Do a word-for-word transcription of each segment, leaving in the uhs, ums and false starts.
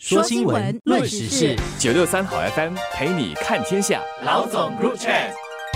说新闻，论时事， 九六三好 F M 陪你看天下。 老总 Group Chat。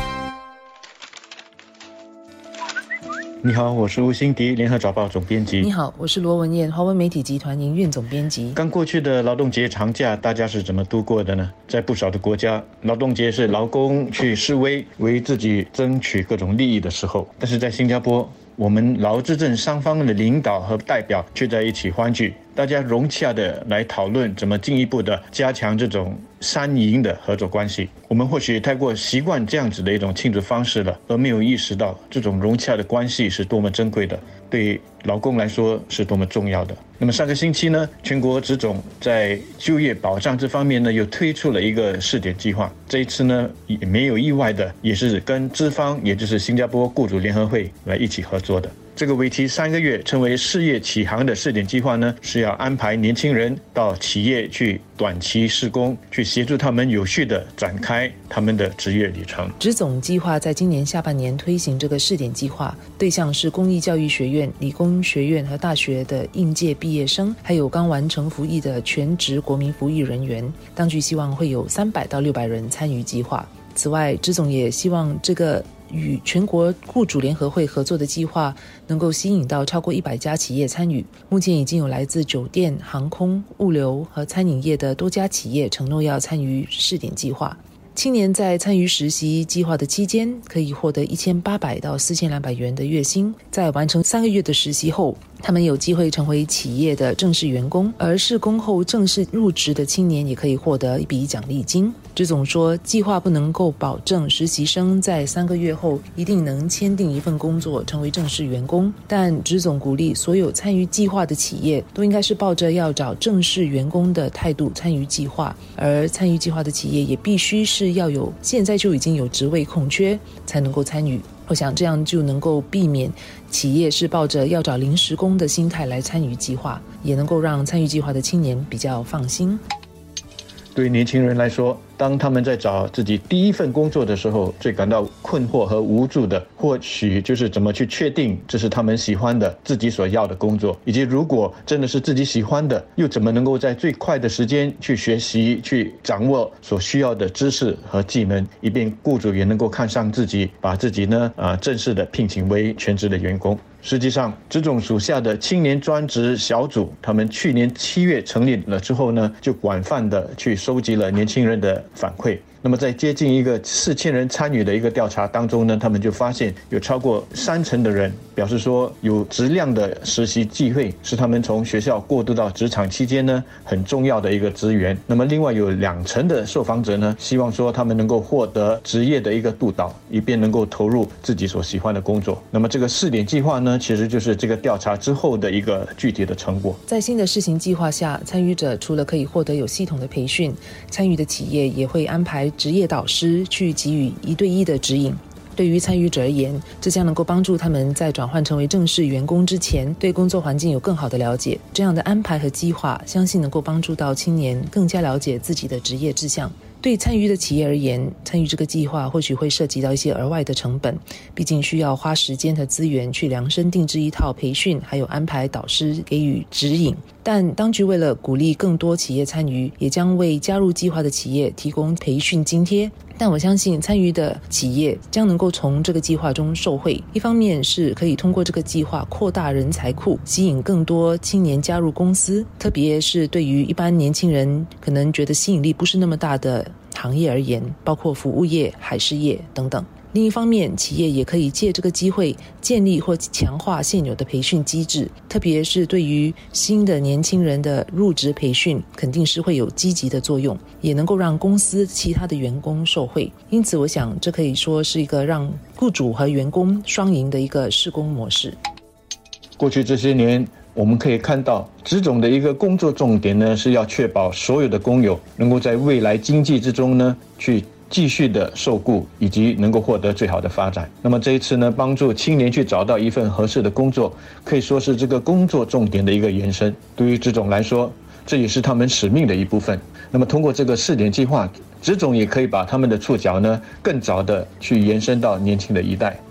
你好，我是吴欣迪，联合早报总编辑。 你好，我是罗文燕，华文媒体集团营运总编辑。 刚过去的劳动节长假，大家是怎么度过的呢？在不少的国家，劳动节是劳工去示威，为自己争取各种利益的时候。但是在新加坡，我们劳资政双方的领导和代表却在一起欢聚，大家融洽的来讨论怎么进一步的加强这种三赢的合作关系。我们或许太过习惯这样子的一种庆祝方式了，而没有意识到这种融洽的关系是多么珍贵的，对劳工来说是多么重要的。那么上个星期呢，全国职总在就业保障这方面呢，又推出了一个试点计划。这一次呢，也没有意外的，也是跟资方，也就是新加坡雇主联合会来一起合作的。这个为期三个月称为事业启航的试点计划呢，是要安排年轻人到企业去短期试工，去协助他们有序的展开他们的职业旅程。 职总计划在今年下半年推行这个试点计划，对象是公益教育学院、理工学院和大学的应届毕业生，还有刚完成服役的全职国民服役人员。当局希望会有三百到六百人参与计划。此外，职总也希望这个与全国雇主联合会合作的计划能够吸引到超过一百家企业参与。目前已经有来自酒店、航空、物流和餐饮业的多家企业承诺要参与试点计划。青年在参与实习计划的期间，可以获得一千八百到四千两百元的月薪。在完成三个月的实习后，他们有机会成为企业的正式员工，而试工后正式入职的青年也可以获得一笔奖励金。职总说，计划不能够保证实习生在三个月后一定能签订一份工作成为正式员工，但职总鼓励所有参与计划的企业都应该是抱着要找正式员工的态度参与计划，而参与计划的企业也必须是要有现在就已经有职位空缺才能够参与。我想这样就能够避免企业是抱着要找临时工的心态来参与计划，也能够让参与计划的青年比较放心。 对年轻人来说，当他们在找自己第一份工作的时候，最感到困惑和无助的，或许就是怎么去确定这是他们喜欢的、自己所要的工作，以及如果真的是自己喜欢的，又怎么能够在最快的时间去学习、去掌握所需要的知识和技能，以便雇主也能够看上自己，把自己呢啊、呃、正式的聘请为全职的员工。实际上，职总属下的青年专职小组，他们去年七月成立了之后呢，就广泛的去收集了年轻人的反馈。那么在接近一个四千人参与的一个调查当中呢，他们就发现有超过三成的人表示说，有质量的实习机会是他们从学校过渡到职场期间呢很重要的一个资源。那么另外有两成的受访者呢，希望说他们能够获得职业的一个督导，以便能够投入自己所喜欢的工作。那么这个试点计划呢，其实就是这个调查之后的一个具体的成果。 在新的试行计划下，参与者除了可以获得有系统的培训，参与的企业也会安排职业导师去给予一对一的指引。对于参与者而言，这将能够帮助他们在转换成为正式员工之前，对工作环境有更好的了解。这样的安排和计划，相信能够帮助到青年更加了解自己的职业志向。对参与的企业而言，参与这个计划或许会涉及到一些额外的成本，毕竟需要花时间和资源去量身定制一套培训，还有安排导师给予指引。但当局为了鼓励更多企业参与，也将为加入计划的企业提供培训津贴。但我相信参与的企业将能够从这个计划中受惠，一方面是可以通过这个计划扩大人才库，吸引更多青年加入公司，特别是对于一般年轻人可能觉得吸引力不是那么大的行业而言，包括服务业、海事业等等。另一方面，企业也可以借这个机会建立或强化现有的培训机制，特别是对于新的年轻人的入职培训，肯定是会有积极的作用，也能够让公司其他的员工受惠。因此，我想这可以说是一个让雇主和员工双赢的一个试工模式。 过去这些年，我们可以看到，职总的一个工作重点呢，是要确保所有的工友能够在未来经济之中呢，去继续的受雇，以及能够获得最好的发展。那么这一次呢，帮助青年去找到一份合适的工作，可以说是这个工作重点的一个延伸。对于职总来说，这也是他们使命的一部分。那么通过这个试点计划，职总也可以把他们的触角呢，更早的去延伸到年轻的一代。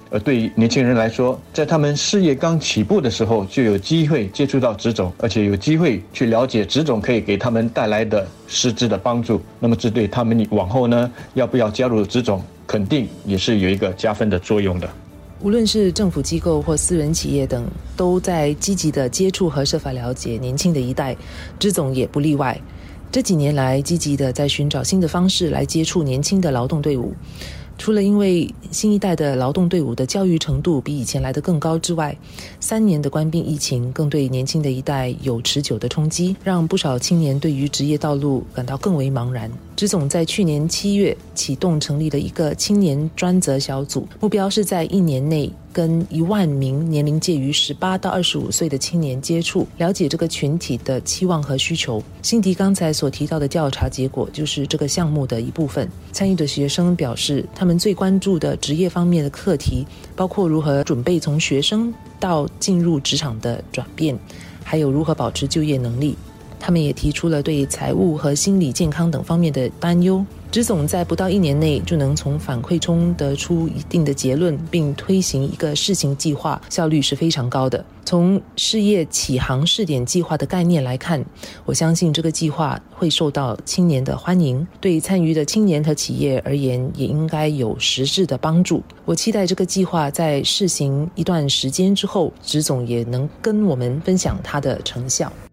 而对于年轻人来说，在他们事业刚起步的时候就有机会接触到职总，而且有机会去了解职总可以给他们带来的实质的帮助，那么这对他们往后呢要不要加入职总肯定也是有一个加分的作用的。 无论是政府机构或私人企业等，都在积极的接触和设法了解年轻的一代，职总也不例外。这几年来积极的在寻找新的方式来接触年轻的劳动队伍，除了因为新一代的劳动队伍的教育程度比以前来得更高之外，三年的官兵疫情更对年轻的一代有持久的冲击，让不少青年对于职业道路感到更为茫然。职总在去年七月启动成立了一个青年专责小组，目标是在一年内跟一万名年龄介于十八到二十五岁的青年接触，了解这个群体的期望和需求。辛迪刚才所提到的调查结果就是这个项目的一部分。参与的学生表示，他们最关注的职业方面的课题包括如何准备从学生到进入职场的转变，还有如何保持就业能力。他们也提出了对财务和心理健康等方面的担忧。职总在不到一年内就能从反馈中得出一定的结论，并推行一个试行计划，效率是非常高的。从事业起航试点计划的概念来看，我相信这个计划会受到青年的欢迎，对参与的青年和企业而言也应该有实质的帮助。我期待这个计划在试行一段时间之后，职总也能跟我们分享它的成效。